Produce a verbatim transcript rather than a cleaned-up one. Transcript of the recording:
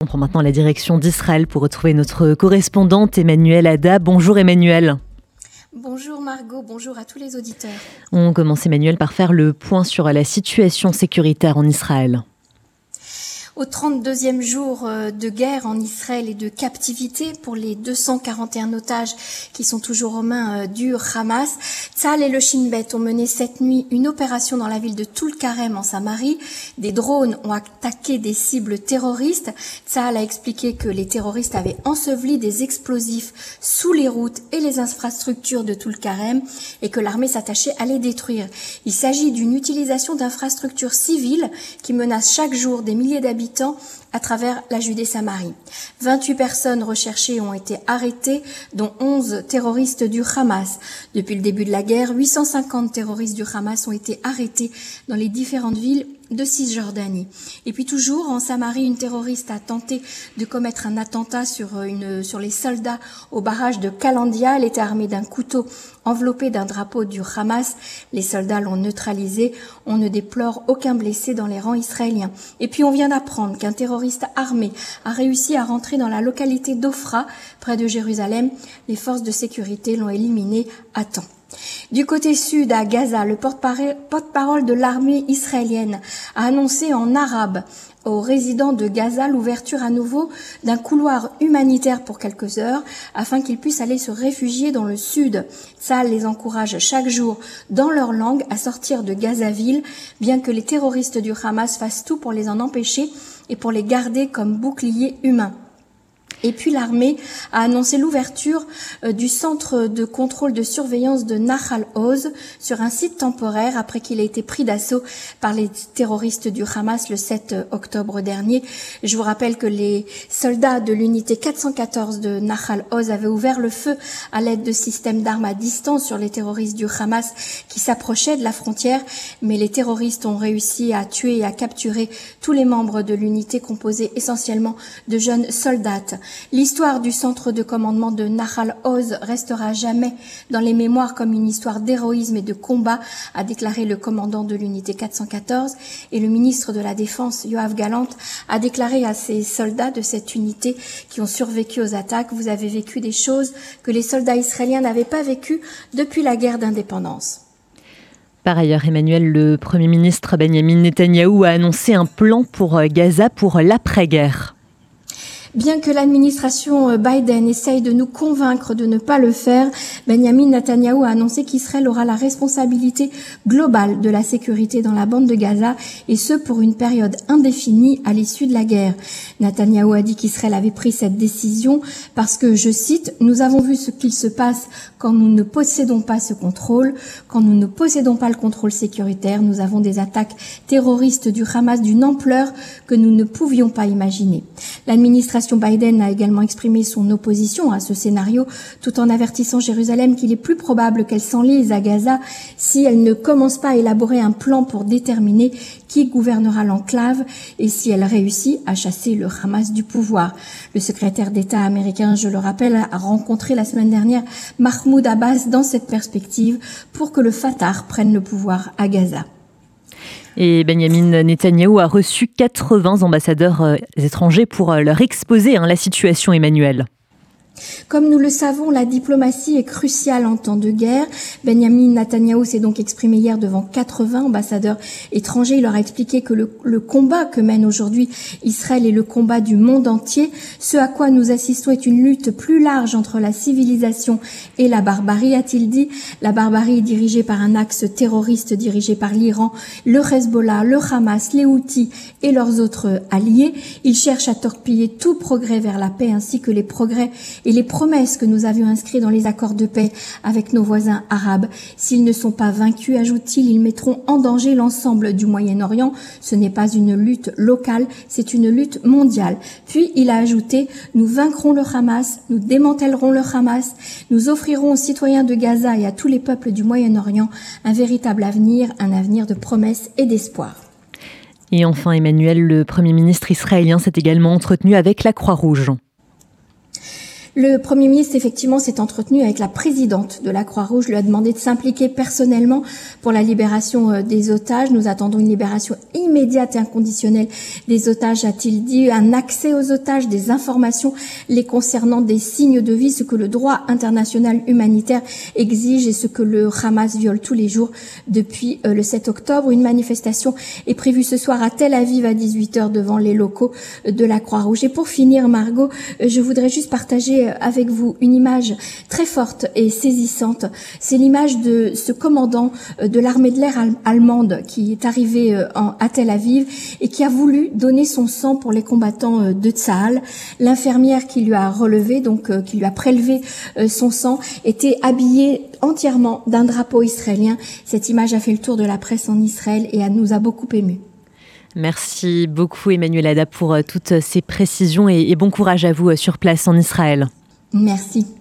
On prend maintenant la direction d'Israël pour retrouver notre correspondante Emmanuelle Ada. Bonjour Emmanuelle. Bonjour Margot, bonjour à tous les auditeurs. On commence Emmanuelle par faire le point sur la situation sécuritaire en Israël. Au trente-deuxième jour de guerre en Israël et de captivité pour les deux cent quarante et un otages qui sont toujours aux mains du Hamas, Tsahal et le Shin Bet ont mené cette nuit une opération dans la ville de Tulkarem en Samarie. Des drones ont attaqué des cibles terroristes. Tsahal a expliqué que les terroristes avaient enseveli des explosifs sous les routes et les infrastructures de Tulkarem et que l'armée s'attachait à les détruire. Il s'agit d'une utilisation d'infrastructures civiles qui menacent chaque jour des milliers d'habitants à travers la Judée-Samarie. vingt-huit personnes recherchées ont été arrêtées, dont onze terroristes du Hamas. Depuis le début de la guerre, huit cent cinquante terroristes du Hamas ont été arrêtés dans les différentes villes de Cisjordanie. Et puis toujours en Samarie, une terroriste a tenté de commettre un attentat sur une sur les soldats au barrage de Kalandia. Elle était armée d'un couteau enveloppé d'un drapeau du Hamas. Les soldats l'ont neutralisé. On ne déplore aucun blessé dans les rangs israéliens. Et puis on vient d'apprendre qu'un terroriste armé a réussi à rentrer dans la localité d'Ofra, près de Jérusalem. Les forces de sécurité l'ont éliminé à temps. Du côté sud, à Gaza, le porte-parole de l'armée israélienne a annoncé en arabe aux résidents de Gaza l'ouverture à nouveau d'un couloir humanitaire pour quelques heures afin qu'ils puissent aller se réfugier dans le sud. Ça les encourage chaque jour dans leur langue à sortir de Gaza-ville, bien que les terroristes du Hamas fassent tout pour les en empêcher et pour les garder comme boucliers humains. Et puis l'armée a annoncé l'ouverture euh, du centre de contrôle de surveillance de Nahal Oz sur un site temporaire après qu'il ait été pris d'assaut par les terroristes du Hamas le sept octobre dernier. Je vous rappelle que les soldats de l'unité quatre cent quatorze de Nahal Oz avaient ouvert le feu à l'aide de systèmes d'armes à distance sur les terroristes du Hamas qui s'approchaient de la frontière, mais les terroristes ont réussi à tuer et à capturer tous les membres de l'unité composée essentiellement de jeunes soldats. L'histoire du centre de commandement de Nahal Oz restera jamais dans les mémoires comme une histoire d'héroïsme et de combat, a déclaré le commandant de l'unité quatre cent quatorze. Et le ministre de la Défense, Yoav Gallant, a déclaré à ces soldats de cette unité qui ont survécu aux attaques: vous avez vécu des choses que les soldats israéliens n'avaient pas vécues depuis la guerre d'indépendance. Par ailleurs, Emmanuel, le Premier ministre Benjamin Netanyahou a annoncé un plan pour Gaza pour l'après-guerre. Bien que l'administration Biden essaye de nous convaincre de ne pas le faire, Benjamin Netanyahou a annoncé qu'Israël aura la responsabilité globale de la sécurité dans la bande de Gaza, et ce pour une période indéfinie à l'issue de la guerre. Netanyahou a dit qu'Israël avait pris cette décision parce que, je cite, « Nous avons vu ce qu'il se passe quand nous ne possédons pas ce contrôle. Quand nous ne possédons pas le contrôle sécuritaire, nous avons des attaques terroristes du Hamas d'une ampleur que nous ne pouvions pas imaginer. » L'administration Biden a également exprimé son opposition à ce scénario, tout en avertissant Jérusalem qu'il est plus probable qu'elle s'enlise à Gaza si elle ne commence pas à élaborer un plan pour déterminer qui gouvernera l'enclave et si elle réussit à chasser le Hamas du pouvoir. Le secrétaire d'État américain, je le rappelle, a rencontré la semaine dernière Mahmoud Abbas dans cette perspective pour que le Fatah prenne le pouvoir à Gaza. Et Benjamin Netanyahou a reçu quatre-vingts ambassadeurs euh, étrangers pour euh, leur exposer hein, la situation, Emmanuel. Comme nous le savons, la diplomatie est cruciale en temps de guerre. Benjamin Netanyahou s'est donc exprimé hier devant quatre-vingts ambassadeurs étrangers. Il leur a expliqué que le, le combat que mène aujourd'hui Israël est le combat du monde entier. Ce à quoi nous assistons est une lutte plus large entre la civilisation et la barbarie, a-t-il dit. La barbarie est dirigée par un axe terroriste dirigé par l'Iran, le Hezbollah, le Hamas, les Houthis et leurs autres alliés. Ils cherchent à torpiller tout progrès vers la paix ainsi que les progrès et les promesses que nous avions inscrites dans les accords de paix avec nos voisins arabes. S'ils ne sont pas vaincus, ajoute-t-il, ils mettront en danger l'ensemble du Moyen-Orient. Ce n'est pas une lutte locale, c'est une lutte mondiale. Puis il a ajouté, nous vaincrons le Hamas, nous démantèlerons le Hamas, nous offrirons aux citoyens de Gaza et à tous les peuples du Moyen-Orient un véritable avenir, un avenir de promesses et d'espoir. Et enfin, Emmanuel, le Premier ministre israélien s'est également entretenu avec la Croix-Rouge. Le Premier ministre, effectivement, s'est entretenu avec la présidente de la Croix-Rouge, lui a demandé de s'impliquer personnellement pour la libération des otages. Nous attendons une libération immédiate et inconditionnelle des otages, a-t-il dit, un accès aux otages, des informations les concernant, des signes de vie, ce que le droit international humanitaire exige et ce que le Hamas viole tous les jours depuis le sept octobre. Une manifestation est prévue ce soir à Tel Aviv à dix-huit heures devant les locaux de la Croix-Rouge. Et pour finir, Margot, je voudrais juste partager avec vous une image très forte et saisissante. C'est l'image de ce commandant de l'armée de l'air allemande qui est arrivé à Tel Aviv et qui a voulu donner son sang pour les combattants de Tsahal. L'infirmière qui lui a relevé, donc qui lui a prélevé son sang, était habillée entièrement d'un drapeau israélien. Cette image a fait le tour de la presse en Israël et nous a beaucoup émus. Merci beaucoup Emmanuelle Ada pour toutes ces précisions et bon courage à vous sur place en Israël. Merci.